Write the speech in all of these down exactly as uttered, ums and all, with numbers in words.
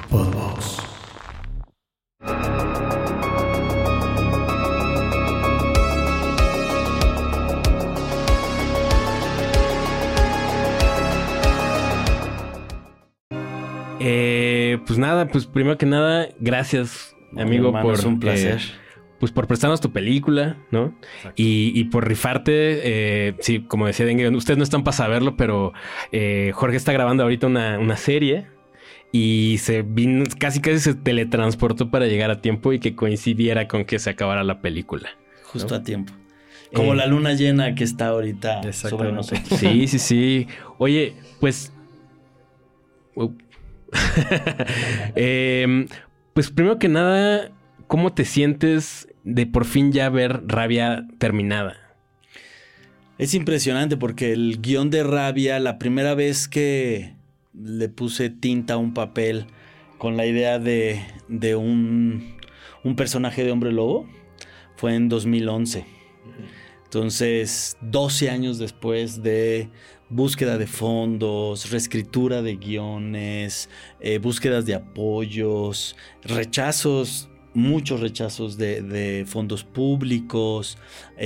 Podbox. Eh, pues nada, pues primero que nada, gracias, amigo, hermano, por es un placer. eh, pues por prestarnos tu película, ¿no? Y, y por rifarte. Eh, sí, como decía Dengue, ustedes no están para saberlo, pero eh, Jorge está grabando ahorita una, una serie y se vino, casi casi se teletransportó para llegar a tiempo y que coincidiera con que se acabara la película. Justo ¿no? a tiempo. Como eh, la luna llena que está ahorita sobre nosotros. Sí, sí, sí. Oye, pues... Wow. eh, pues primero que nada, ¿cómo te sientes de por fin ya ver Rabia terminada? Es impresionante porque el guión de Rabia, la primera vez que le puse tinta a un papel con la idea de, de un, un personaje de hombre lobo, fue en dos mil once. Entonces, doce años después de búsqueda de fondos, reescritura de guiones, eh, búsquedas de apoyos, rechazos, muchos rechazos de, de fondos públicos,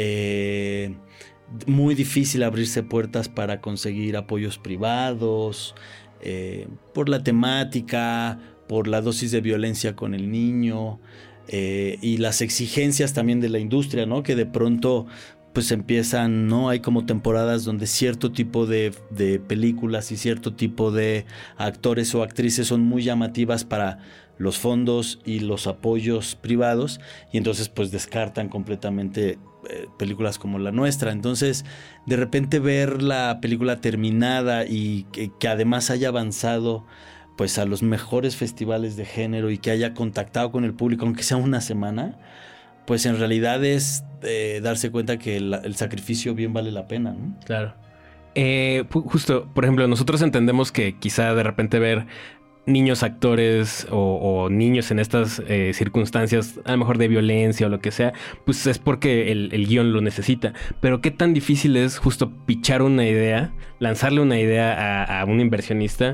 eh, muy difícil abrirse puertas para conseguir apoyos privados, eh, por la temática, por la dosis de violencia con el niño, eh, y las exigencias también de la industria, ¿no? Que de pronto pues empiezan, ¿no? Hay como temporadas donde cierto tipo de, de películas y cierto tipo de actores o actrices son muy llamativas para los fondos y los apoyos privados, y entonces pues descartan completamente eh, películas como la nuestra. Entonces, de repente ver la película terminada y que, que además haya avanzado pues a los mejores festivales de género y que haya contactado con el público, aunque sea una semana, pues en realidad es eh, darse cuenta que el, el sacrificio bien vale la pena, ¿no? Claro. Eh, justo, por ejemplo, nosotros entendemos que quizá de repente ver niños actores o, o niños en estas eh, circunstancias, a lo mejor de violencia o lo que sea, pues es porque el, el guión lo necesita. Pero qué tan difícil es justo pichar una idea, lanzarle una idea a, a un inversionista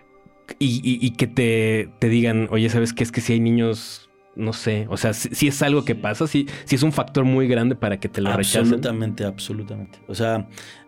y, y, y que te, te digan, oye, ¿sabes qué? Es que si hay niños... No sé, o sea, si, si es algo que pasa, si, si es un factor muy grande para que te lo rechacen. Absolutamente, absolutamente. O sea,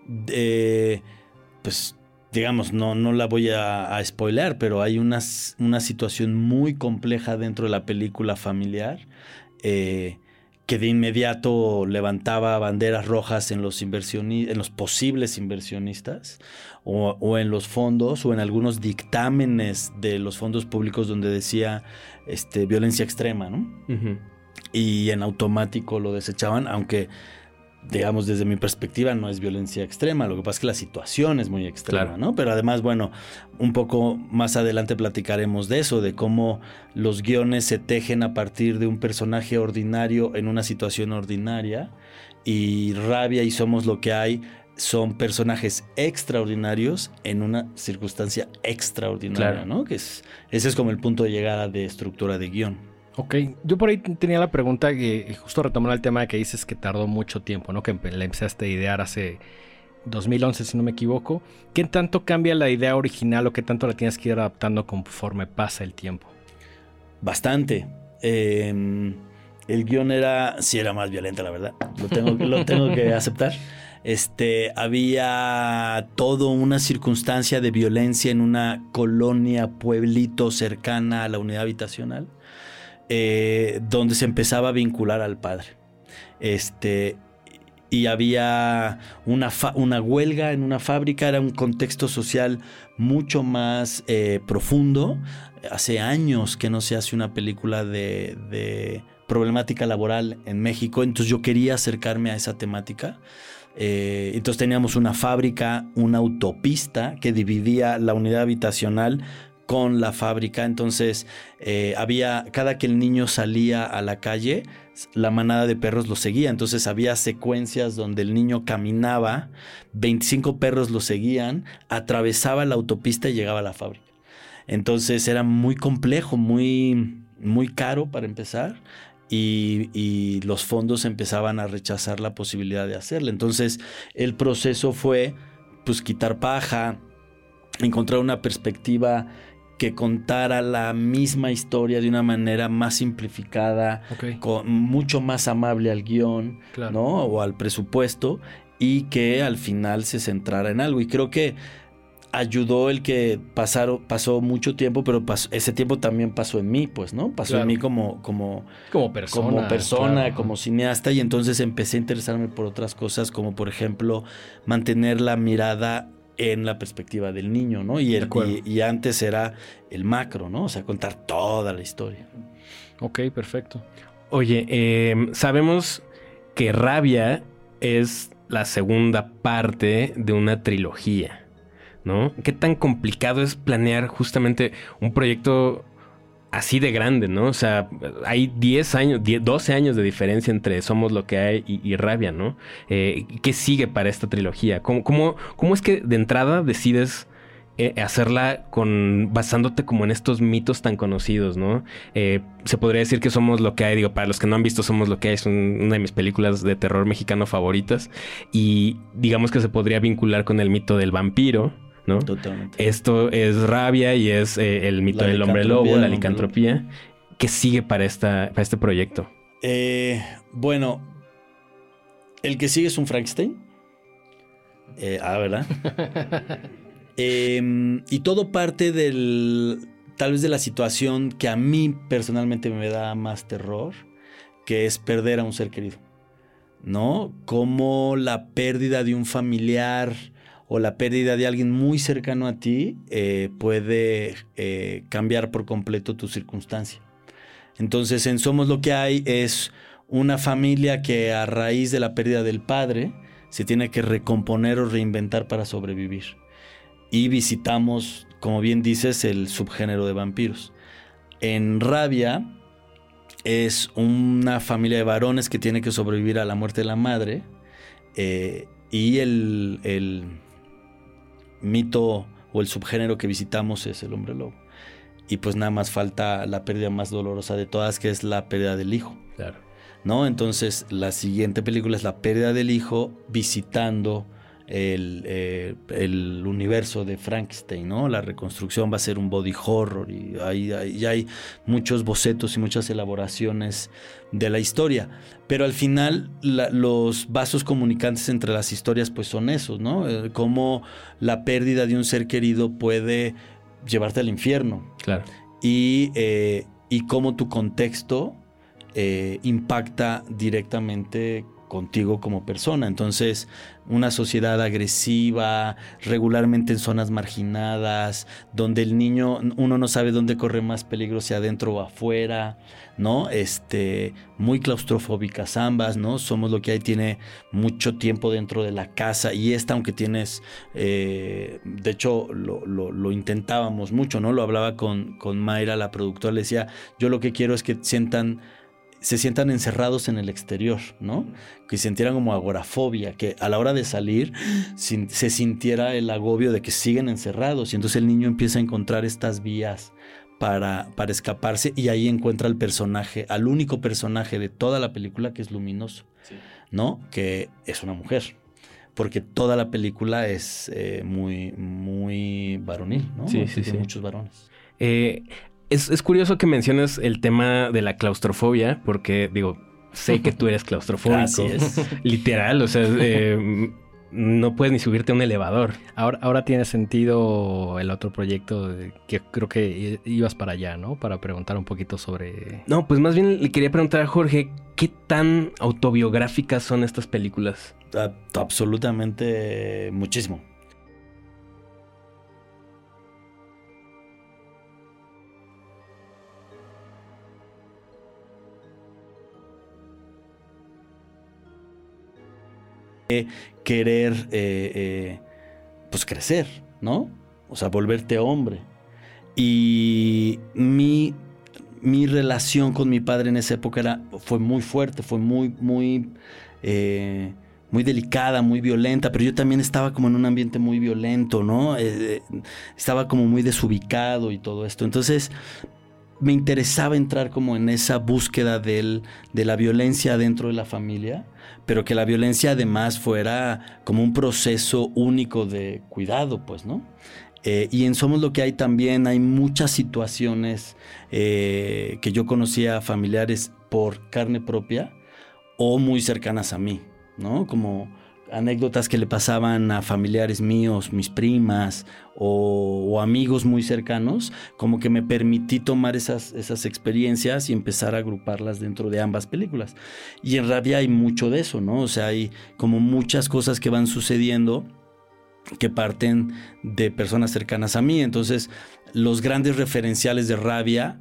eh, pues digamos, no, no la voy a, a spoilear, pero hay una, una situación muy compleja dentro de la película familiar eh, que de inmediato levantaba banderas rojas en los, inversioni- en los posibles inversionistas o, o en los fondos o en algunos dictámenes de los fondos públicos donde decía este, violencia extrema, ¿no? Uh-huh. Y en automático lo desechaban, aunque, digamos, desde mi perspectiva no es violencia extrema. Lo que pasa es que la situación es muy extrema, claro, ¿no? Pero además, bueno, un poco más adelante platicaremos de eso, de cómo los guiones se tejen a partir de un personaje ordinario en una situación ordinaria, y Rabia y Somos lo que hay son personajes extraordinarios en una circunstancia extraordinaria, claro, ¿no? Que es, ese es como el punto de llegada de estructura de guión. Ok, yo por ahí tenía la pregunta que justo retomando el tema que dices que tardó mucho tiempo, ¿no? Que la empezaste a idear hace dos mil once, si no me equivoco. ¿Qué tanto cambia la idea original o qué tanto la tienes que ir adaptando conforme pasa el tiempo? Bastante. Eh, el guión era, sí era más violento, la verdad. Lo tengo, lo tengo que aceptar. Este, había toda una circunstancia de violencia en una colonia, pueblito cercana a la unidad habitacional. Eh, donde se empezaba a vincular al padre. Este, y había una, fa- una huelga en una fábrica, era un contexto social mucho más eh, profundo. Hace años que no se hace una película de, de problemática laboral en México, entonces yo quería acercarme a esa temática. Eh, entonces teníamos una fábrica, una autopista que dividía la unidad habitacional con la fábrica. Entonces eh, había, cada que el niño salía a la calle, la manada de perros lo seguía. Entonces había secuencias donde el niño caminaba, veinticinco perros lo seguían, atravesaba la autopista y llegaba a la fábrica. Entonces era muy complejo, muy, muy caro para empezar. Y, y los fondos empezaban a rechazar la posibilidad de hacerlo. Entonces el proceso fue pues quitar paja, encontrar una perspectiva que contara la misma historia de una manera más simplificada, Okay. con, mucho más amable al guión, Claro. ¿no? O al presupuesto, y que al final se centrara en algo. Y creo que ayudó el que pasaron, pasó mucho tiempo, pero pasó, ese tiempo también pasó en mí, pues, ¿no? Pasó Claro. en mí como, como, Como persona. como persona, claro. como cineasta, y entonces empecé a interesarme por otras cosas, como por ejemplo mantener la mirada en la perspectiva del niño, ¿no? Y, el, y, y antes era el macro, ¿no? O sea, contar toda la historia. Ok, perfecto. Oye, eh, sabemos que Rabia es la segunda parte de una trilogía, ¿no? ¿Qué tan complicado es planear justamente un proyecto así de grande, ¿no? O sea, hay diez años, diez, doce años de diferencia entre Somos lo que hay y, y Rabia, ¿no? Eh, ¿Qué sigue para esta trilogía? ¿Cómo, cómo, cómo es que de entrada decides eh, hacerla con basándote como en estos mitos tan conocidos, ¿no? Eh, se podría decir que Somos lo que hay, digo, para los que no han visto Somos lo que hay, es un, una de mis películas de terror mexicano favoritas, y digamos que se podría vincular con el mito del vampiro, ¿no? Totalmente. Esto es Rabia y es eh, el mito La del hombre lobo, la licantropía. licantropía. ¿Qué sigue para, esta, para este proyecto? Eh, bueno, el que sigue es un Frankenstein. Eh, ah, ¿verdad? eh, y todo parte del, tal vez de la situación que a mí personalmente me da más terror, que es perder a un ser querido, ¿no? Como la pérdida de un familiar o la pérdida de alguien muy cercano a ti eh, puede eh, cambiar por completo tu circunstancia. Entonces, en Somos lo que hay es una familia que a raíz de la pérdida del padre se tiene que recomponer o reinventar para sobrevivir. Y visitamos, como bien dices, el subgénero de vampiros. En Rabia es una familia de varones que tiene que sobrevivir a la muerte de la madre, eh, y el, el mito o el subgénero que visitamos es el hombre lobo. Y pues nada más falta la pérdida más dolorosa de todas, que es la pérdida del hijo. Claro. ¿No? Entonces la siguiente película es la pérdida del hijo visitando el, eh, el universo de Frankenstein, ¿no? La reconstrucción va a ser un body horror y hay, hay, ya hay muchos bocetos y muchas elaboraciones de la historia. Pero al final la, los vasos comunicantes entre las historias pues son esos, ¿no? Eh, cómo la pérdida de un ser querido puede llevarte al infierno. Claro. Y, eh, y cómo tu contexto eh, impacta directamente contigo como persona. Entonces, una sociedad agresiva, regularmente en zonas marginadas, donde el niño, uno no sabe dónde corre más peligro, si adentro o afuera, ¿no? Este, muy claustrofóbicas ambas, ¿no? Somos lo que hay, tiene mucho tiempo dentro de la casa, y esta, aunque tienes, eh, de hecho, lo, lo, lo intentábamos mucho, ¿no? Lo hablaba con, con Mayra, la productora, le decía, yo lo que quiero es que sientan se sientan encerrados en el exterior, ¿no? Que sintieran como agorafobia, que a la hora de salir sin, se sintiera el agobio de que siguen encerrados, y entonces el niño empieza a encontrar estas vías para, para escaparse, y ahí encuentra al personaje, al único personaje de toda la película, que es Luminoso, sí, ¿no? Que es una mujer, porque toda la película es eh, muy, muy varonil, ¿no? Sí, Porque sí, tiene sí. muchos varones. Eh... Es, es curioso que menciones el tema de la claustrofobia, porque, digo, sé que tú eres claustrofóbico. Así es. Literal, o sea, eh, no puedes ni subirte a un elevador. Ahora, ahora tiene sentido el otro proyecto de, que creo que ibas para allá, ¿no? Para preguntar un poquito sobre... No, pues más bien le quería preguntar a Jorge, ¿qué tan autobiográficas son estas películas? Absolutamente muchísimo. Querer eh, eh, pues crecer, ¿no? O sea, volverte hombre. Y mi, mi relación con mi padre en esa época era, fue muy fuerte, fue muy, muy, eh, muy delicada, muy violenta, pero yo también estaba como en un ambiente muy violento, ¿no? Eh, estaba como muy desubicado y todo esto. Entonces me interesaba entrar como en esa búsqueda del, de la violencia dentro de la familia, pero que la violencia además fuera como un proceso único de cuidado, pues, ¿no? Eh, y en Somos lo que hay también hay muchas situaciones eh, que yo conocía familiares por carne propia o muy cercanas a mí, ¿no? Como anécdotas que le pasaban a familiares míos, mis primas o, o amigos muy cercanos, como que me permití tomar esas, esas experiencias y empezar a agruparlas dentro de ambas películas. Y en Rabia hay mucho de eso, ¿no? O sea, hay como muchas cosas que van sucediendo que parten de personas cercanas a mí. Entonces, los grandes referenciales de Rabia,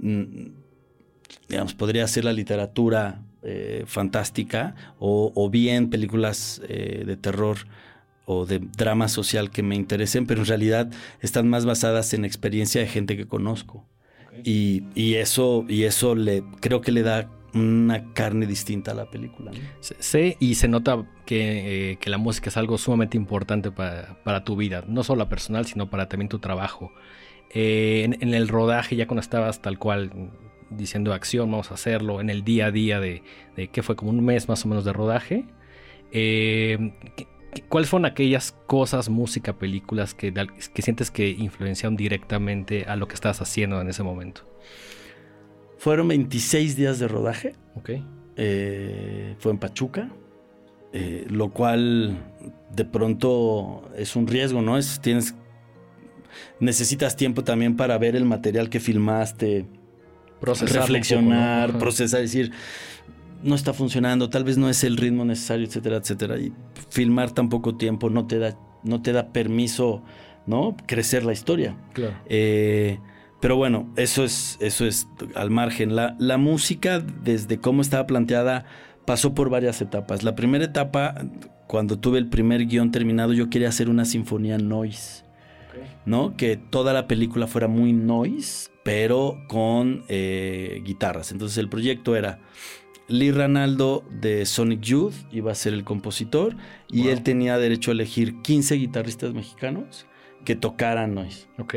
digamos, podría ser la literatura eh, fantástica o, o bien películas eh, de terror o de drama social que me interesen, pero en realidad están más basadas en experiencia de gente que conozco. Okay. Y, y eso, y eso le, creo que le da una carne distinta a la película, ¿no? Sí, y se nota que, eh, que la música es algo sumamente importante para, para tu vida, no solo la personal, sino para también tu trabajo. Eh, en, en el rodaje, ya cuando estabas tal cual diciendo acción, vamos a hacerlo, en el día a día de, de que fue como un mes más o menos de rodaje, eh, ¿cuáles fueron aquellas cosas, música, películas que, que sientes que influenciaron directamente a lo que estabas haciendo en ese momento? Fueron veintiséis días de rodaje. Ok. Eh, fue en Pachuca, eh, lo cual de pronto es un riesgo, ¿no? Es, tienes, necesitas tiempo también para ver el material que filmaste, procesar, reflexionar, poco, ¿no? procesar, decir, no está funcionando, tal vez no es el ritmo necesario, etcétera, etcétera. Y filmar tan poco tiempo no te da, no te da permiso, ¿no? Crecer la historia. Claro. Eh, Pero bueno, eso es, eso es al margen. La, la música, desde cómo estaba planteada, pasó por varias etapas. La primera etapa, cuando tuve el primer guión terminado, yo quería hacer una sinfonía noise, okay, ¿no? Que toda la película fuera muy noise, pero con eh, guitarras. Entonces el proyecto era Lee Ranaldo de Sonic Youth, iba a ser el compositor, y wow, él tenía derecho a elegir quince guitarristas mexicanos que tocaran noise. Ok.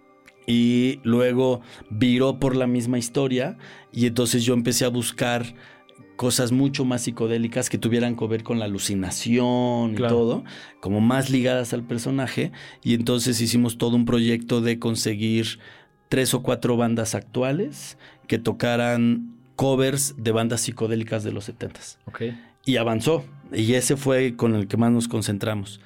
Y luego viró por la misma historia y entonces yo empecé a buscar cosas mucho más psicodélicas que tuvieran que ver con la alucinación, claro, y todo, como más ligadas al personaje. Y entonces hicimos todo un proyecto de conseguir tres o cuatro bandas actuales que tocaran covers de bandas psicodélicas de los setentas. Okay. Y avanzó. Y ese fue con el que más nos concentramos.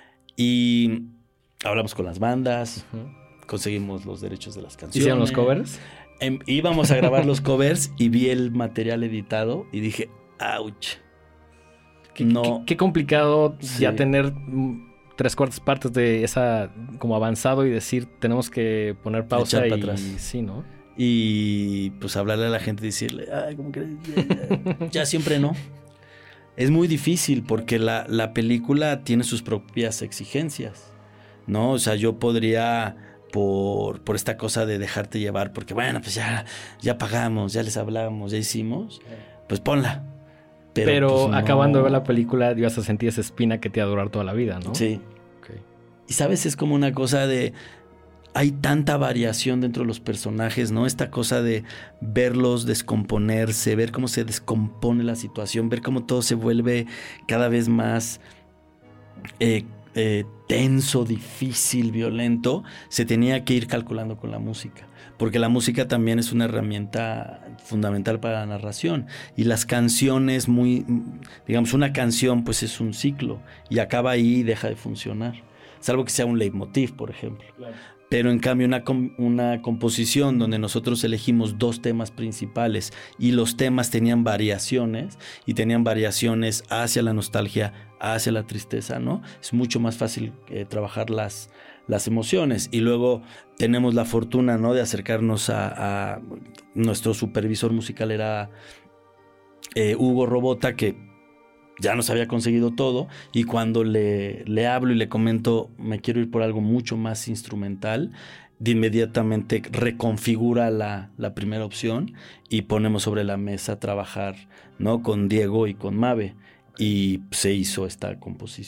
Y hablamos con las bandas. Uh-huh. Conseguimos los derechos de las canciones. ¿Hicieron los covers? Eh, íbamos a grabar los covers y vi el material editado y dije, ¡ouch! Qué, no. qué, qué complicado, sí, ya tener tres cuartas partes de esa como avanzado y decir, tenemos que poner pausa. Echar y para atrás. Sí, ¿no? Y pues hablarle a la gente y decirle, ay, ¿cómo crees? Ya, ya, ya siempre no. Es muy difícil porque la, la película tiene sus propias exigencias, ¿no? O sea, yo podría... Por, por esta cosa de dejarte llevar, porque bueno, pues ya, ya pagamos, ya les hablamos, ya hicimos, pues ponla. Pero, Pero pues no. Acabando de ver la película, ibas a sentir esa espina que te iba a durar toda la vida, ¿no? Sí. Okay. Y sabes, es como una cosa de... Hay tanta variación dentro de los personajes, ¿no? Esta cosa de verlos descomponerse, ver cómo se descompone la situación, ver cómo todo se vuelve cada vez más... Eh, Eh, tenso, difícil, violento, se tenía que ir calculando con la música, porque la música también es una herramienta fundamental para la narración, y las canciones muy, digamos, una canción pues es un ciclo y acaba ahí y deja de funcionar, salvo que sea un leitmotiv, por ejemplo. Claro. Pero en cambio una, una composición donde nosotros elegimos dos temas principales y los temas tenían variaciones y tenían variaciones hacia la nostalgia, hacia la tristeza, ¿no? Es mucho más fácil eh, trabajar las, las emociones. Y luego tenemos la fortuna, ¿no?, de acercarnos a, a nuestro supervisor musical era eh, Hugo Robota, que ya nos había conseguido todo, y cuando le, le hablo y le comento me quiero ir por algo mucho más instrumental, de inmediatamente reconfigura la, la primera opción y ponemos sobre la mesa trabajar, ¿no?, con Diego y con Mabe, y se hizo esta composición.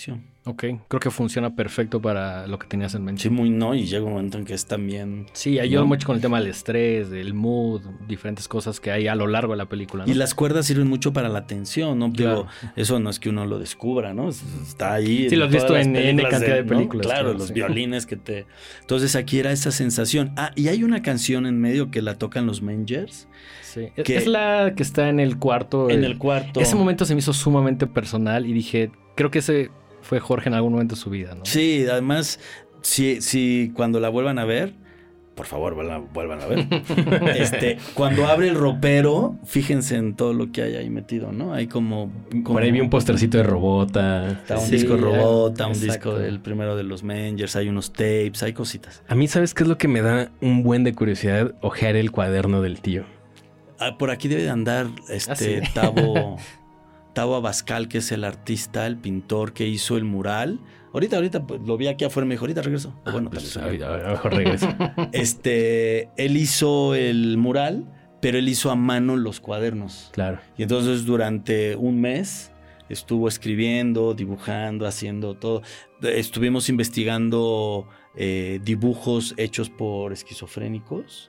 Ok, creo que funciona perfecto para lo que tenías en mente. Sí, muy no, y llega un momento en que es también... Sí, ayuda ¿no? mucho con el tema del estrés, del mood, diferentes cosas que hay a lo largo de la película, ¿no? Y las cuerdas sirven mucho para la tensión, ¿no? Claro. Digo, eso no es que uno lo descubra, ¿no? Está ahí. Sí, lo has todas visto las en N películas cantidad de ¿no? películas, Claro, claro, los sí. violines que te... Entonces aquí era esa sensación. Ah, y hay una canción en medio que la tocan los Mangers. Sí. que- Es la que está en el cuarto. En eh, el cuarto. Ese momento se me hizo sumamente personal y dije, creo que ese fue Jorge en algún momento de su vida, ¿no? Sí, además, si, si cuando la vuelvan a ver, por favor, vuelvan, vuelvan a ver. este, cuando abre el ropero, fíjense en todo lo que hay ahí metido, ¿no? Hay como... como Por ahí vi un postercito de Robota. Está un Sí, disco Robota, un exacto. disco del primero de los Mangers, hay unos tapes, hay cositas. A mí, ¿sabes qué es lo que me da un buen de curiosidad? Ojear el cuaderno del tío. Ah, por aquí debe de andar este Ah, sí. Tavo, Tavo Abascal, que es el artista, el pintor que hizo el mural. Ahorita, ahorita pues, lo vi aquí afuera y me dijo, ahorita regreso. Ah, bueno, pues, tal a, vez. a lo mejor regreso. Este, él hizo el mural, pero él hizo a mano los cuadernos. Claro. Y entonces durante un mes estuvo escribiendo, dibujando, haciendo todo. Estuvimos investigando eh, dibujos hechos por esquizofrénicos.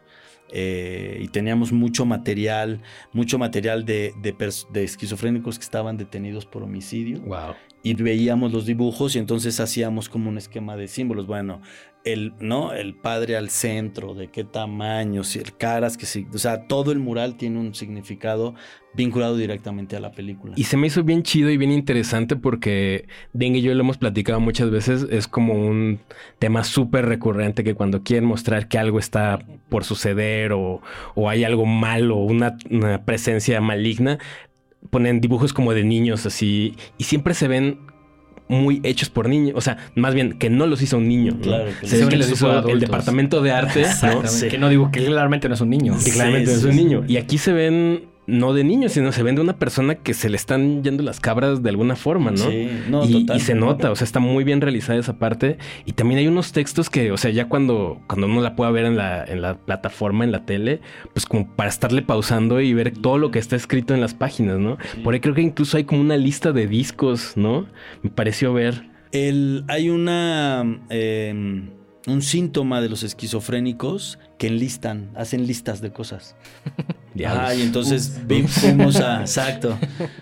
Eh, y teníamos mucho material, mucho material de, de, pers- de esquizofrénicos que estaban detenidos por homicidio. Wow. Y veíamos los dibujos y entonces hacíamos como un esquema de símbolos. Bueno, el, ¿no? El padre al centro, de qué tamaño, si el caras, que sí. O sea, todo el mural tiene un significado vinculado directamente a la película. Y se me hizo bien chido y bien interesante porque Dengue y yo lo hemos platicado muchas veces. Es como un tema súper recurrente que cuando quieren mostrar que algo está por suceder o, o hay algo malo, una, una presencia maligna, ponen dibujos como de niños así y siempre se ven muy hechos por niños. O sea, más bien que no los hizo un niño, ¿no? Claro que Se sí. ve que los Sí, hizo adultos. el departamento de arte, ¿no? Exactamente. Sí. Que no digo que claramente no es un niño. Que claramente Sí, no es sí, un sí. niño. Y aquí se ven no de niños, sino se ven de una persona que se le están yendo las cabras de alguna forma, ¿no? Sí, no, y, total. y se nota, o sea, está muy bien realizada esa parte. Y también hay unos textos que, o sea, ya cuando, cuando uno la pueda ver en la, en la plataforma, en la tele, pues como para estarle pausando y ver todo lo que está escrito en las páginas, ¿no? Sí. Por ahí creo que incluso hay como una lista de discos, ¿no? Me pareció ver. El, hay una eh, un síntoma de los esquizofrénicos que enlistan, hacen listas de cosas. Diablos. Ah, y entonces vi- fuimos a... Exacto.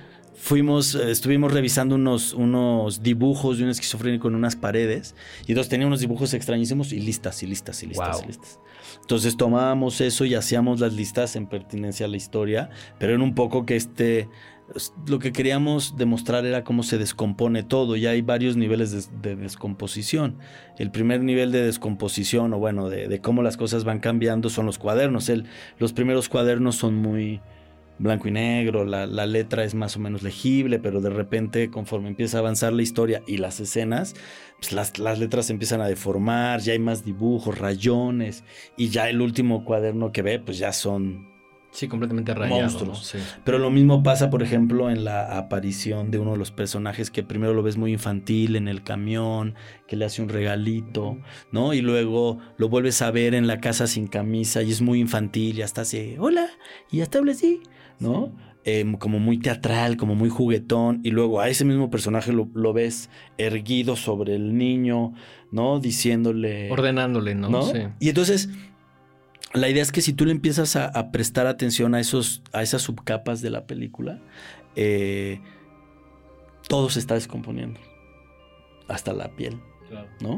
Fuimos, eh, estuvimos revisando unos, unos dibujos de un esquizofrénico en unas paredes. Y entonces tenía unos dibujos extrañísimos y listas, y listas, y listas, Wow. y listas. Entonces tomábamos eso y hacíamos las listas en pertinencia a la historia. Pero en un poco que este... Lo que queríamos demostrar era cómo se descompone todo. Ya hay varios niveles de, de descomposición. El primer nivel de descomposición, o bueno, de, de cómo las cosas van cambiando, son los cuadernos. El, los primeros cuadernos son muy blanco y negro, la, la letra es más o menos legible, pero de repente, conforme empieza a avanzar la historia y las escenas, pues las, las letras se empiezan a deformar, ya hay más dibujos, rayones, y ya el último cuaderno que ve, pues ya son... Sí, completamente rayado, Monstruos. ¿no? Sí. Pero lo mismo pasa, por ejemplo, en la aparición de uno de los personajes que primero lo ves muy infantil en el camión, que le hace un regalito, ¿no? Y luego lo vuelves a ver en la casa sin camisa y es muy infantil y hasta hace, hola, y hasta habla así, ¿no? Eh, como muy teatral, como muy juguetón. Y luego a ese mismo personaje lo, lo ves erguido sobre el niño, ¿no? Diciéndole... Ordenándole, ¿no? ¿no? Sí. Y entonces... La idea es que si tú le empiezas a, a prestar atención a, esos, a esas subcapas de la película, eh, todo se está descomponiendo. Hasta la piel, Claro. ¿no?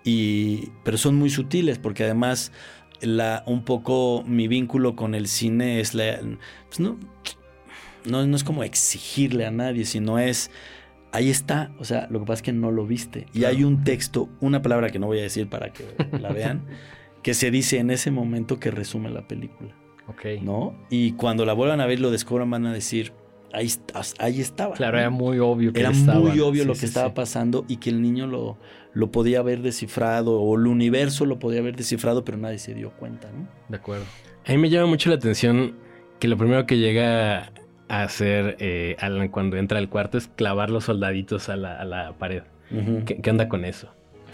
Y, pero son muy sutiles porque además la, un poco mi vínculo con el cine es la... Pues no, no, no es como exigirle a nadie, sino es... Ahí está, o sea, lo que pasa es que no lo viste. Y Claro. hay un texto, una palabra que no voy a decir para que la vean, que se dice en ese momento que resume la película, Ok. ¿no? Y cuando la vuelvan a ver y lo descubran van a decir, ahí, está, ahí estaba. Claro, ¿no? era muy obvio que Era estaban. muy obvio Sí, lo sí, que estaba sí. pasando y que el niño lo, lo podía haber descifrado o el universo lo podía haber descifrado, pero nadie se dio cuenta, ¿no? De acuerdo. A mí me llama mucho la atención que lo primero que llega a hacer eh, Alan cuando entra al cuarto es clavar los soldaditos a la, a la pared. Uh-huh. ¿Qué, qué onda con eso?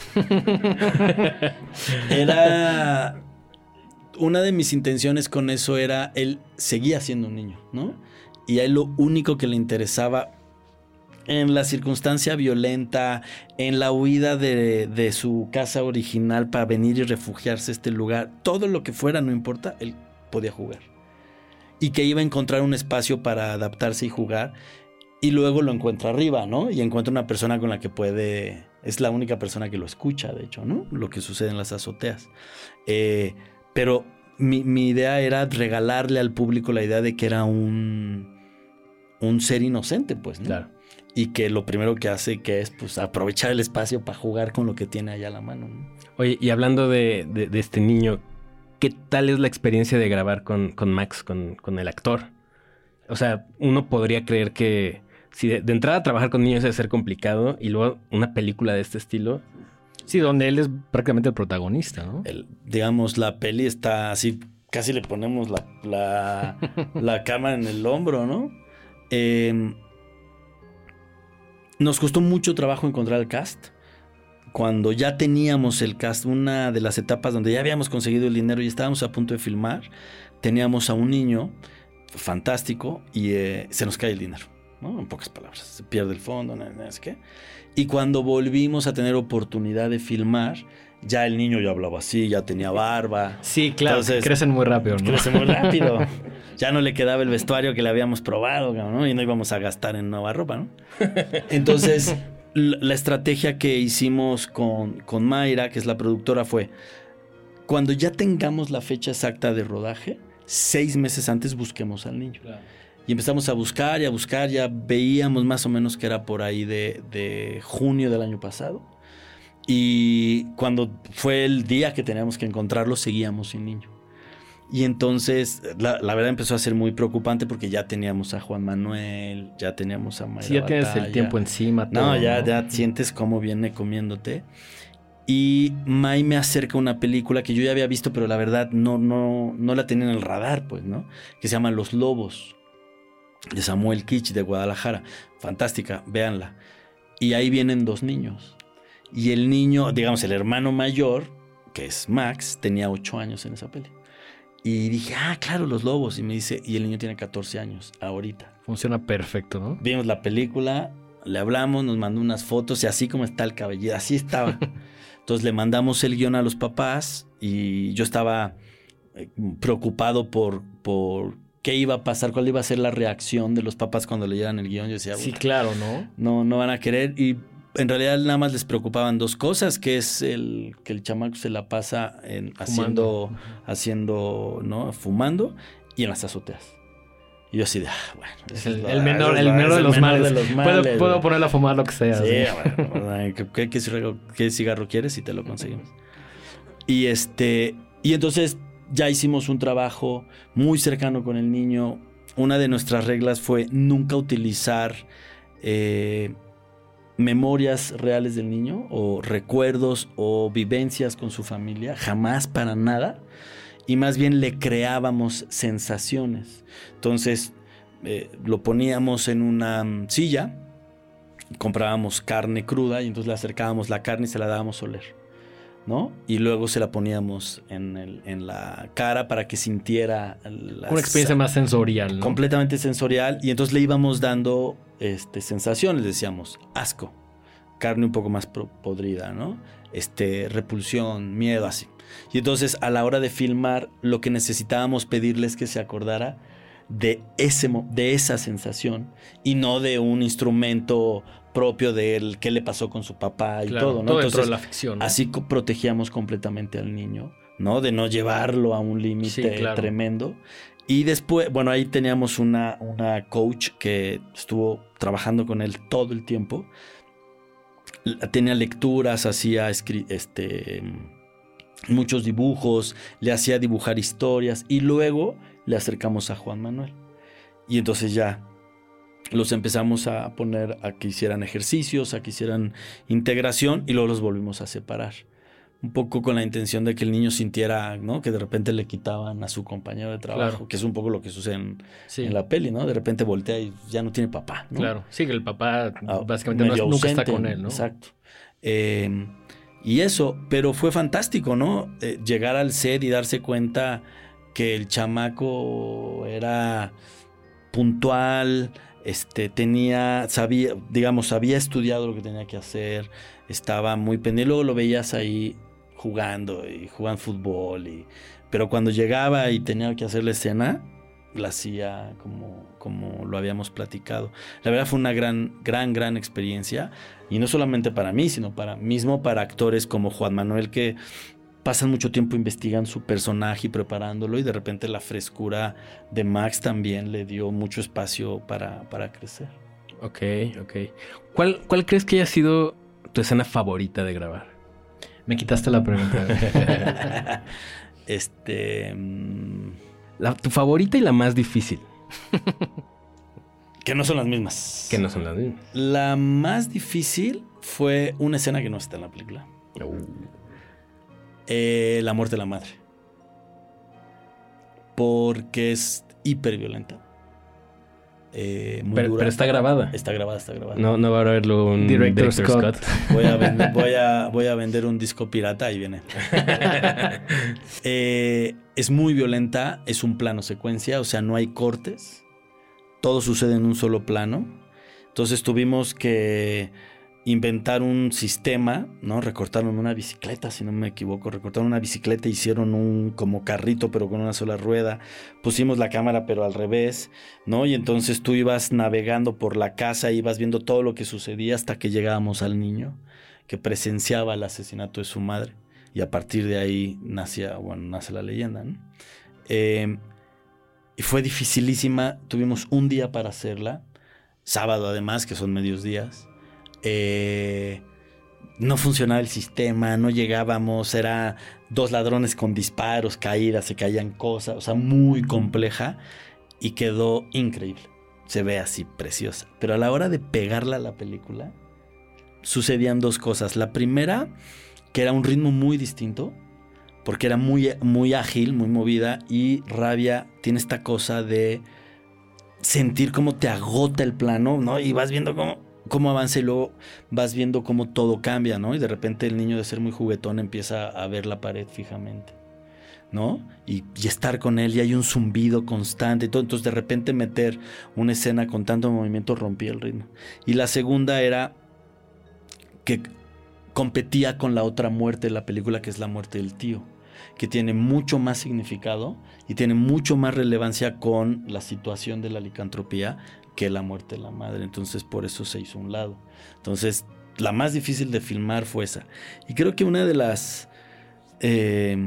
Era... Una de mis intenciones con eso era, él seguía siendo un niño, ¿no? Y a él lo único que le interesaba en la circunstancia violenta, en la huida de, de su casa original para venir y refugiarse a este lugar, todo lo que fuera, no importa, él podía jugar. Y que iba a encontrar un espacio para adaptarse y jugar. Y luego lo encuentra arriba, ¿no? Y encuentra una persona con la que puede... Es la única persona que lo escucha, de hecho, ¿no? Lo que sucede en las azoteas. Eh, pero mi, mi idea era regalarle al público la idea de que era un, un ser inocente, pues, ¿no? Claro. Y que lo primero que hace que es, pues, aprovechar el espacio para jugar con lo que tiene allá a la mano, ¿no? Oye, y hablando de, de, de este niño, ¿qué tal es la experiencia de grabar con, con Max, con, con el actor? O sea, uno podría creer que si de, de entrada trabajar con niños debe ser complicado y luego una película de este estilo. Sí, donde él es prácticamente el protagonista, ¿no? El, digamos, la peli está así, casi le ponemos la, la, la cámara en el hombro, ¿no? Eh, nos costó mucho trabajo encontrar el cast. Cuando ya teníamos el cast, una de las etapas donde ya habíamos conseguido el dinero y estábamos a punto de filmar, teníamos a un niño fantástico y eh, se nos cae el dinero, ¿no? En pocas palabras, se pierde el fondo, no, no sé qué. Y cuando volvimos a tener oportunidad de filmar, ya el niño ya hablaba así, ya tenía barba. Sí, claro, entonces, crecen muy rápido, ¿no? Crecen muy rápido. Ya no le quedaba el vestuario que le habíamos probado, ¿no? Y no íbamos a gastar en nueva ropa, ¿no? Entonces, la estrategia que hicimos con, con Mayra, que es la productora, fue cuando ya tengamos la fecha exacta de rodaje, seis meses antes busquemos al niño. Claro. Y empezamos a buscar y a buscar, ya veíamos más o menos que era por ahí de, de junio del año pasado. Y cuando fue el día que teníamos que encontrarlo, seguíamos sin niño. Y entonces, la, la verdad empezó a ser muy preocupante porque ya teníamos a Juan Manuel, ya teníamos a Mayra Sí, ya tienes Batalla. el tiempo encima. Todo, no, ya, ¿no? ya sientes cómo viene comiéndote. Y May me acerca una película que yo ya había visto, pero la verdad no, no, no la tenía en el radar, pues, ¿no? Que se llama Los Lobos, de Samuel Kitsch, de Guadalajara. Fantástica, véanla. Y ahí vienen dos niños. Y el niño, digamos, el hermano mayor, que es Max, tenía ocho años en esa peli. Y dije, ah, claro, Los Lobos. Y me dice, y el niño tiene catorce años, ahorita. Funciona perfecto, ¿no? Vimos la película, le hablamos, nos mandó unas fotos y así como está el cabello, así estaba. Entonces le mandamos el guión a los papás y yo estaba preocupado por, por qué iba a pasar, cuál iba a ser la reacción de los papás cuando leyeran el guión. Yo decía, sí, claro, ¿no? No, no van a querer. Y en realidad nada más les preocupaban dos cosas, que es el que el chamaco se la pasa en, haciendo, haciendo, ¿no? Fumando y en las azoteas. Y yo así de, ah, bueno. Es el, es el menor, el menor de los males. De los males. Puedo, puedo ponerle a fumar lo que sea. Sí, ¿sí? Bueno, ¿qué, qué, qué, cigarro, ¿qué cigarro quieres? Y te lo conseguimos. Y este, y entonces ya hicimos un trabajo muy cercano con el niño. Una de nuestras reglas fue nunca utilizar eh, memorias reales del niño o recuerdos o vivencias con su familia. Jamás, para nada. Y más bien le creábamos sensaciones. Entonces eh, lo poníamos en una silla, comprábamos carne cruda y entonces le acercábamos la carne y se la dábamos a oler, ¿no? Y luego se la poníamos en, el, en la cara para que sintiera las, una experiencia más sensorial, ¿no? Completamente sensorial. Y entonces le íbamos dando este, sensaciones, decíamos asco, carne un poco más podrida, ¿no? Este, repulsión, miedo, así. Y entonces a la hora de filmar lo que necesitábamos pedirles es que se acordara de, ese, de esa sensación y no de un instrumento propio de él, qué le pasó con su papá y claro, todo, ¿no? Todo entonces, dentro de la ficción, ¿no? Así protegíamos completamente al niño, ¿no? De no llevarlo a un límite sí, claro. tremendo. Y después, bueno, ahí teníamos una, una coach que estuvo trabajando con él todo el tiempo. Tenía lecturas, hacía este, muchos dibujos, le hacía dibujar historias y luego le acercamos a Juan Manuel. Y entonces ya los empezamos a poner a que hicieran ejercicios, a que hicieran integración y luego los volvimos a separar. Un poco con la intención de que el niño sintiera, ¿no? Que de repente le quitaban a su compañero de trabajo, claro. Que es un poco lo que sucede en, sí. en la peli, ¿no? De repente voltea y ya no tiene papá, ¿no? Claro, sí, que el papá ah, básicamente no, ausente, nunca está con él, ¿no? Exacto. Eh, y eso, pero fue fantástico, ¿no? Eh, llegar al set y darse cuenta que el chamaco era puntual, Este, tenía, sabía, digamos, había estudiado lo que tenía que hacer, estaba muy pendiente, luego lo veías ahí jugando y jugando fútbol, y, pero cuando llegaba y tenía que hacer la escena, la hacía como, como lo habíamos platicado. La verdad fue una gran, gran, gran experiencia, y no solamente para mí, sino para mismo para actores como Juan Manuel, que pasan mucho tiempo investigando su personaje y preparándolo, y de repente la frescura de Max también le dio mucho espacio para, para crecer. Ok, ok. ¿Cuál, ¿Cuál crees que haya sido tu escena favorita de grabar? Me quitaste la pregunta. este... La, tu favorita y la más difícil. Que no son las mismas. Que no son las mismas. La más difícil fue una escena que no está en la película. Uh. Eh, la muerte de la madre. Porque es hiper violenta. Eh, muy pero, dura. pero está grabada. Está grabada, está grabada. No, no va a haberlo un Director, Director Scott. Scott. Voy a, vender, voy, a, voy a vender un disco pirata, ahí viene. eh, es muy violenta, es un plano secuencia, o sea, no hay cortes. Todo sucede en un solo plano. Entonces tuvimos que inventar un sistema, ¿no? Recortaron una bicicleta, si no me equivoco, recortaron una bicicleta, hicieron un como carrito, pero con una sola rueda, pusimos la cámara, pero al revés, ¿no? Y entonces tú ibas navegando por la casa, ibas viendo todo lo que sucedía hasta que llegábamos al niño que presenciaba el asesinato de su madre, y a partir de ahí nacía, bueno, nace la leyenda, ¿no? Eh, y fue dificilísima, tuvimos un día para hacerla, sábado además, que son medios días. Eh, no funcionaba el sistema, no llegábamos, era dos ladrones con disparos, caídas, se caían cosas, o sea, muy compleja, y quedó increíble. Se ve así, preciosa. Pero a la hora de pegarla a la película, sucedían dos cosas. La primera, que era un ritmo muy distinto, porque era muy, muy ágil, muy movida, y Rabia tiene esta cosa de sentir cómo te agota el plano, ¿no? Y vas viendo cómo... cómo avanza, y luego vas viendo cómo todo cambia, ¿no? Y de repente el niño, de ser muy juguetón, empieza a ver la pared fijamente, ¿no? Y, y estar con él, y hay un zumbido constante y todo. Entonces de repente meter una escena con tanto movimiento rompía el ritmo. Y la segunda era que competía con la otra muerte de la película, que es la muerte del tío, que tiene mucho más significado y tiene mucho más relevancia con la situación de la licantropía que la muerte de la madre. Entonces por eso se hizo a un lado. Entonces la más difícil de filmar fue esa. Y creo que una de las... Eh,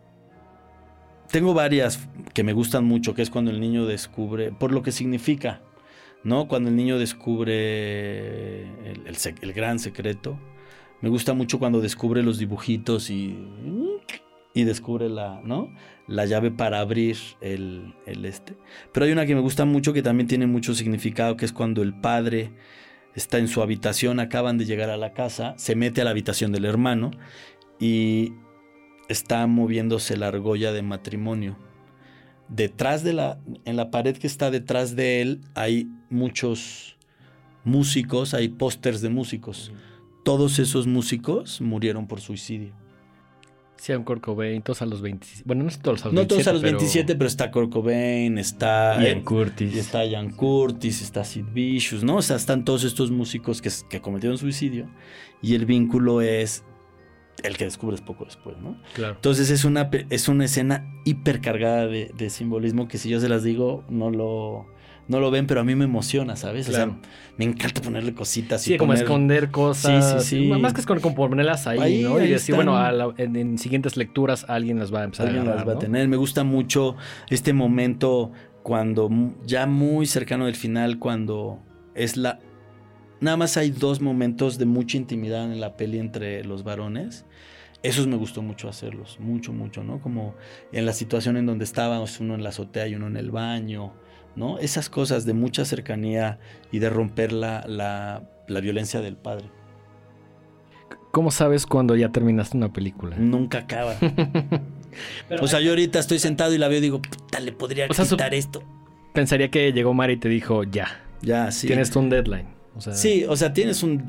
tengo varias que me gustan mucho, que es cuando el niño descubre, por lo que significa, ¿no? Cuando el niño descubre el, el, el gran secreto. Me gusta mucho cuando descubre los dibujitos y... y descubre la, ¿no? la llave para abrir el, el este. Pero hay una que me gusta mucho, que también tiene mucho significado, que es cuando el padre está en su habitación, acaban de llegar a la casa, se mete a la habitación del hermano y está moviéndose la argolla de matrimonio. Detrás de la, en la pared que está detrás de él hay muchos músicos, hay pósters de músicos. Todos esos músicos murieron por suicidio. Sí, un Kurt Cobain, todos a los veintisiete. Bueno, no sé todos a los no veintisiete. No todos a los pero... veintisiete, pero está Kurt Cobain, está... Ian Curtis. Está Ian Curtis, está Sid Vicious, ¿no? O sea, están todos estos músicos que, que cometieron suicidio, y el vínculo es el que descubres poco después, ¿no? Claro. Entonces es una, es una escena hipercargada de, de simbolismo que, si yo se las digo, no lo... no lo ven, pero a mí me emociona, ¿sabes? Claro. O sea, me encanta ponerle cositas. Sí, y como poner... esconder cosas. Sí, sí, sí. Más que es con, con ponerlas ahí, Ahí, ¿no? ahí Y decir, están. bueno, a la, en, en siguientes lecturas alguien las va a empezar Alguien a agarrar, las va ¿no? a tener. Me gusta mucho este momento cuando, ya muy cercano del final, cuando es la... Nada más hay dos momentos de mucha intimidad en la peli entre los varones. Esos me gustó mucho hacerlos, mucho, mucho, ¿no? Como en la situación en donde estábamos, uno en la azotea y uno en el baño, ¿no? Esas cosas de mucha cercanía y de romper la, la, la violencia del padre. ¿Cómo sabes cuando ya terminaste una película? Nunca acaba. Pero, o sea, yo ahorita estoy sentado y la veo y digo, puta, le podría o sea, quitar su... esto. Pensaría que llegó Mari y te dijo, ya. Ya, sí. Tienes un deadline. O sea... Sí, o sea, tienes un,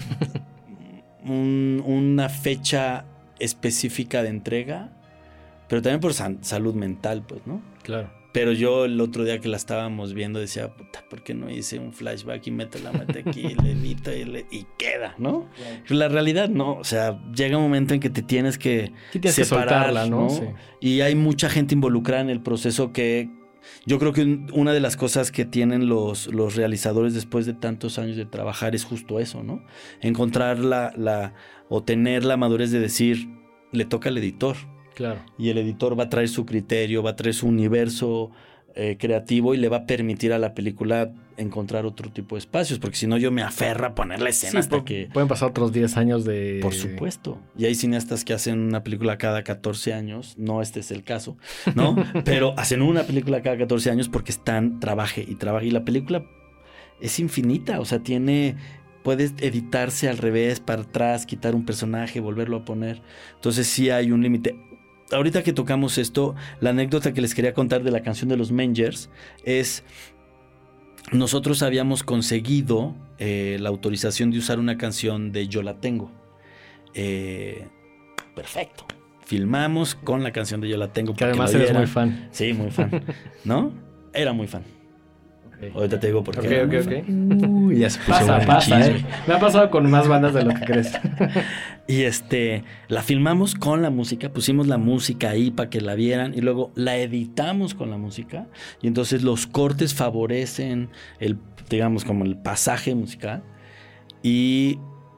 un una fecha específica de entrega, pero también por san, salud mental, pues, ¿no? Claro. Pero yo el otro día que la estábamos viendo decía, puta, ¿por qué no hice un flashback y meto la mete aquí, le edito y, le, y queda, ¿no? Claro. La realidad no, o sea, llega un momento en que te tienes que sí, tienes separar, que soltarla, ¿no? ¿no? Sí. Y hay mucha gente involucrada en el proceso que yo creo que una de las cosas que tienen los, los realizadores después de tantos años de trabajar es justo eso, ¿no? Encontrar la, la o tener la madurez de decir, le toca al editor. Claro. Y el editor va a traer su criterio, va a traer su universo eh, creativo y le va a permitir a la película encontrar otro tipo de espacios, porque si no yo me aferro a poner la escena sí, hasta po- que... Pueden pasar otros diez años de... Por supuesto. Y hay cineastas que hacen una película cada catorce años, no este es el caso, ¿no? Pero hacen una película cada catorce años porque están, trabaje y trabaje. Y la película es infinita, o sea, tiene... Puedes editarse al revés, para atrás, quitar un personaje, volverlo a poner. Entonces sí hay un límite. Ahorita que tocamos esto, la anécdota que les quería contar de la canción de los Mengers es... Nosotros habíamos conseguido eh, la autorización de usar una canción de Yo la tengo. Eh, perfecto. Filmamos con la canción de Yo la tengo. Que además eres muy fan. Sí, muy fan. ¿No? Era muy fan. Okay. Ahorita te digo por qué. Ok, era ok, muy ok. fan. Uy, ya se puso Pasa, buen pasa, chisme. eh. Me ha pasado con más bandas de lo que crees. Y este, la filmamos con la música, pusimos la música ahí para que la vieran y luego la editamos con la música y entonces los cortes favorecen el, digamos, como el pasaje musical y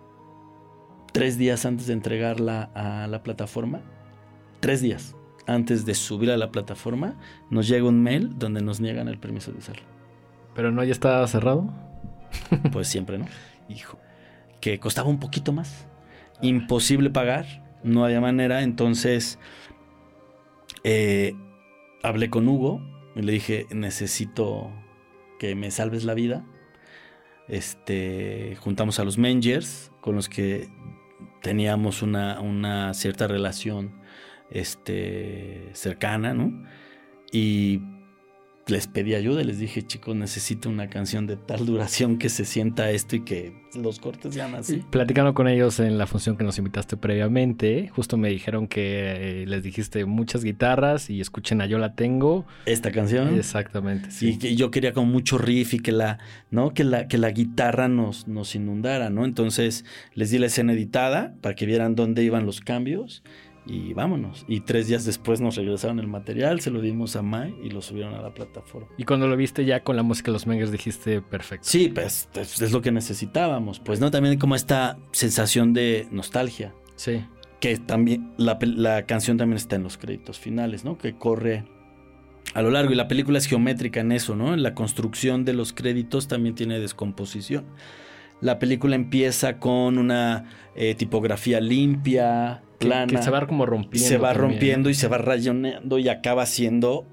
tres días antes de entregarla a la plataforma, tres días antes de subir a la plataforma, nos llega un mail donde nos niegan el permiso de usarla. ¿Pero no ya está cerrado? Pues siempre, ¿no? Hijo. Que costaba un poquito más. Imposible pagar. No había manera. Entonces, eh, hablé con Hugo y le dije, necesito que me salves la vida. Este, juntamos a los Mengers, con los que teníamos una, una cierta relación este, cercana, ¿no? Y les pedí ayuda y les dije, chicos, necesito una canción de tal duración que se sienta esto y que los cortes sean así. Platicando con ellos en la función que nos invitaste previamente, justo me dijeron que eh, les dijiste muchas guitarras y escuchen a Yo la tengo. ¿Esta canción? Exactamente, sí. Y que yo quería como mucho riff y que la, ¿no? que la, que la guitarra nos, nos inundara, ¿no? Entonces les di la escena editada para que vieran dónde iban los cambios. Y vámonos. Y tres días después nos regresaron el material, se lo dimos a Mai y lo subieron a la plataforma. Y cuando lo viste ya con la música de los Mengers dijiste perfecto. Sí, pues es, es lo que necesitábamos. Pues no, también como esta sensación de nostalgia. Sí. Que también, la, la canción también está en los créditos finales, ¿no? Que corre a lo largo. Y la película es geométrica en eso, ¿no? En la construcción de los créditos también tiene descomposición. La película empieza con una eh, tipografía limpia, plana. Que, que se va como rompiendo. Se va también, rompiendo ¿no? y se va rayoneando y acaba siendo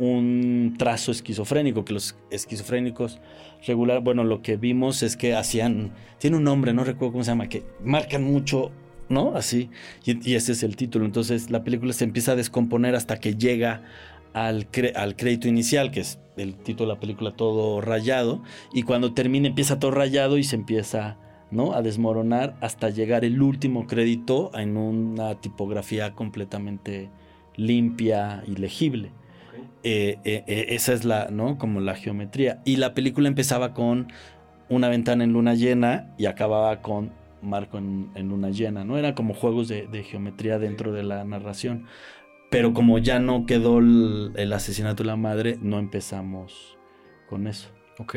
un trazo esquizofrénico, que los esquizofrénicos regular, bueno, lo que vimos es que hacían, tiene un nombre, no recuerdo cómo se llama, que marcan mucho, ¿no? Así, y, y ese es el título. Entonces la película se empieza a descomponer hasta que llega al, cre- al crédito inicial, que es el título de la película todo rayado, y cuando termina empieza todo rayado y se empieza, ¿no? a desmoronar hasta llegar el último crédito en una tipografía completamente limpia y legible. Okay. Eh, eh, eh, esa es la, ¿no? como la geometría. Y la película empezaba con una ventana en luna llena y acababa con marco en, en luna llena, ¿no? Eran como juegos de, de geometría dentro de la narración. Pero como ya no quedó el, el asesinato de la madre, no empezamos con eso. Ok.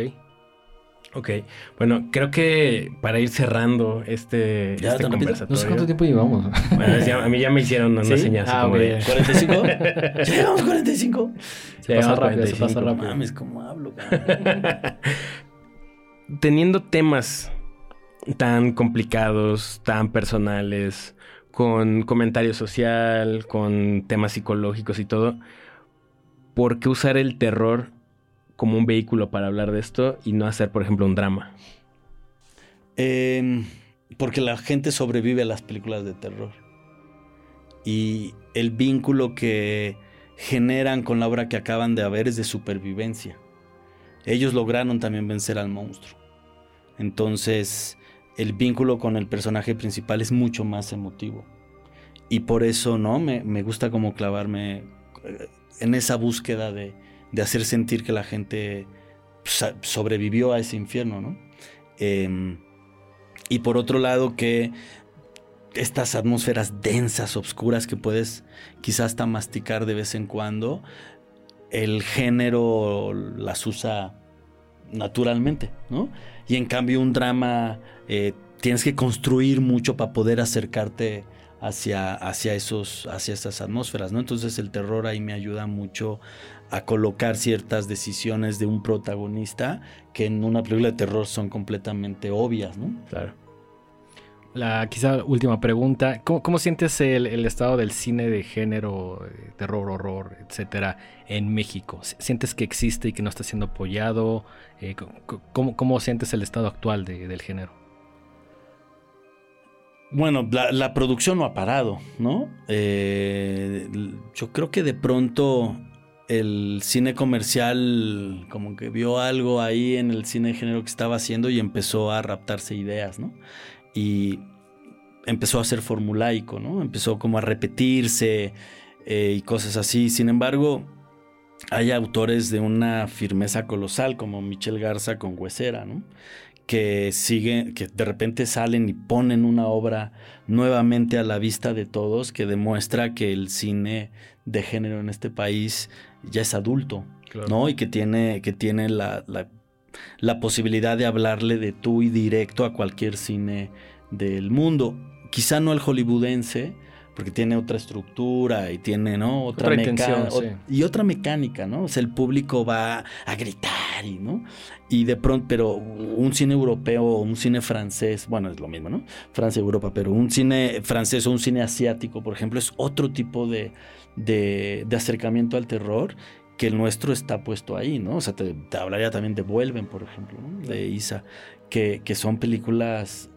Ok. Bueno, creo que para ir cerrando este, ¿Ya este tan rápido? conversatorio... No sé cuánto tiempo llevamos. Bueno, ya, a mí ya me hicieron una ¿Sí? señal. Ah, como ok. de... ¿cuarenta y cinco? ¿Llegamos cuarenta y cinco? Se pasa Llegamos rápido, se pasa cuarenta y cinco. rápido. Mames, ¿cómo hablo? Teniendo temas tan complicados, tan personales, con comentario social, con temas psicológicos y todo, ¿por qué usar el terror como un vehículo para hablar de esto y no hacer, por ejemplo, un drama? Eh, porque la gente sobrevive a las películas de terror. Y el vínculo que generan con la obra que acaban de ver es de supervivencia. Ellos lograron también vencer al monstruo. Entonces, el vínculo con el personaje principal es mucho más emotivo. Y por eso, ¿no? Me, me gusta como clavarme en esa búsqueda de, de hacer sentir que la gente sobrevivió a ese infierno, ¿no? Eh, y por otro lado que estas atmósferas densas, oscuras que puedes quizás hasta masticar de vez en cuando, el género las usa naturalmente, ¿no? Y en cambio un drama eh, tienes que construir mucho para poder acercarte hacia, hacia, esos, hacia esas atmósferas, ¿no? Entonces el terror ahí me ayuda mucho a colocar ciertas decisiones de un protagonista que en una película de terror son completamente obvias, ¿no? Claro. La quizá última pregunta, ¿cómo, cómo sientes el, el estado del cine de género, terror, horror, etcétera, en México? ¿Sientes que existe y que no está siendo apoyado? Eh, ¿cómo, ¿Cómo sientes el estado actual de, del género? Bueno, la, la producción no ha parado, ¿no? Eh, yo creo que de pronto el cine comercial como que vio algo ahí en el cine de género que estaba haciendo y empezó a raptarse ideas, ¿no? Y empezó a ser formulaico, ¿no? Empezó como a repetirse eh, y cosas así. Sin embargo, hay autores de una firmeza colosal como Michel Garza con Huesera, ¿no? Que siguen, que de repente salen y ponen una obra nuevamente a la vista de todos que demuestra que el cine de género en este país ya es adulto, claro, ¿no? Y que tiene, que tiene la, la, la posibilidad de hablarle de tú y directo a cualquier cine del mundo. Quizá no al hollywoodense, porque tiene otra estructura y tiene, ¿no? Otra, otra meca- intención, o- sí. y otra mecánica, ¿no? O sea, el público va a gritar y, ¿no? Y de pronto, pero un cine europeo o un cine francés, bueno, es lo mismo, ¿no? Francia y Europa, pero un cine francés o un cine asiático, por ejemplo, es otro tipo de, de, de acercamiento al terror que el nuestro está puesto ahí, ¿no? O sea, te, te hablaría también de Vuelven, por ejemplo, ¿no? De Isa, que, que son películas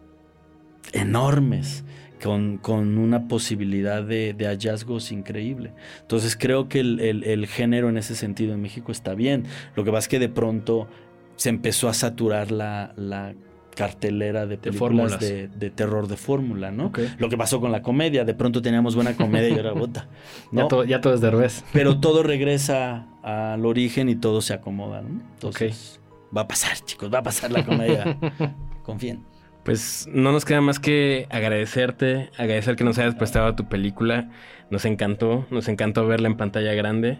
enormes, con, con una posibilidad de, de hallazgos increíble. Entonces creo que el, el, el género en ese sentido en México está bien. Lo que pasa es que de pronto se empezó a saturar la, la cartelera de películas de, de, de terror de fórmula, ¿no? Okay. Lo que pasó con La Comedia, de pronto teníamos buena comedia y era bota, ¿no? Ya, to, ya todo es Derbez. Pero todo regresa al origen y todo se acomoda, ¿no? Entonces, okay, va a pasar, chicos, va a pasar la comedia. Confíen. Pues no nos queda más que agradecerte, agradecer que nos hayas prestado a tu película. Nos encantó, nos encantó verla en pantalla grande.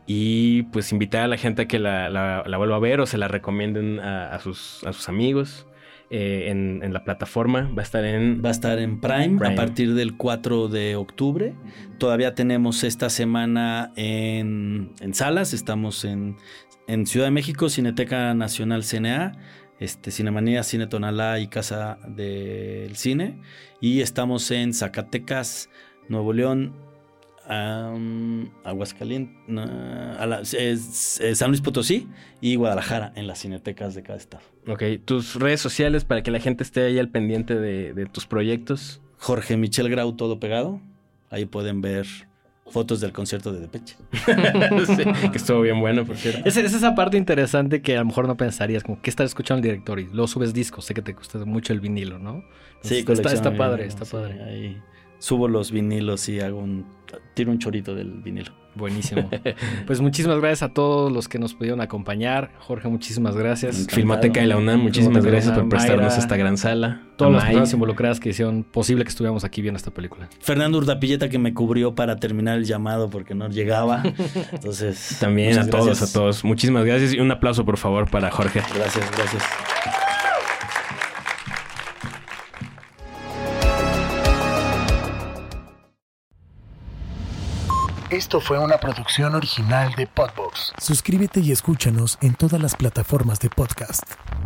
Y pues invitar a la gente a que la, la, la vuelva a ver o se la recomienden a, a, sus, a sus amigos eh, en, en la plataforma. Va a estar en... Va a estar en Prime, Prime a partir del cuatro de octubre. Todavía tenemos esta semana en, en salas. Estamos en, en Ciudad de México, Cineteca Nacional C N A. Este, Cinemanía, Cine Tonalá y Casa del Cine. Y estamos en Zacatecas, Nuevo León, um, Aguascalientes, uh, a la, es, es San Luis Potosí y Guadalajara, en las cinetecas de cada estado. Ok, tus redes sociales para que la gente esté ahí al pendiente de, de tus proyectos. Jorge Michel Grau, todo pegado. Ahí pueden ver fotos del concierto de Depeche. Sí, que estuvo bien bueno, por cierto. Es, es esa parte interesante que a lo mejor no pensarías, como que estás escuchando el director y luego subes discos. Sé que te gusta mucho el vinilo, ¿no? Entonces, sí, está, está padre, vinilo, está sí, padre. Ahí subo los vinilos y hago un tiro un chorito del vinilo. Buenísimo. Pues muchísimas gracias a todos los que nos pudieron acompañar. Jorge, muchísimas gracias. Encantado. Filmoteca de la UNAM, muchísimas Filmoteca gracias UNAM, por prestarnos Mayra, esta gran sala. Todas las Amay. personas involucradas que hicieron posible que estuviéramos aquí viendo esta película. Fernando Urdapilleta, que me cubrió para terminar el llamado porque no llegaba. Entonces, también a todos, gracias. a todos. Muchísimas gracias y un aplauso, por favor, para Jorge. Gracias, gracias. Esto fue una producción original de Podbox. Suscríbete y escúchanos en todas las plataformas de podcast.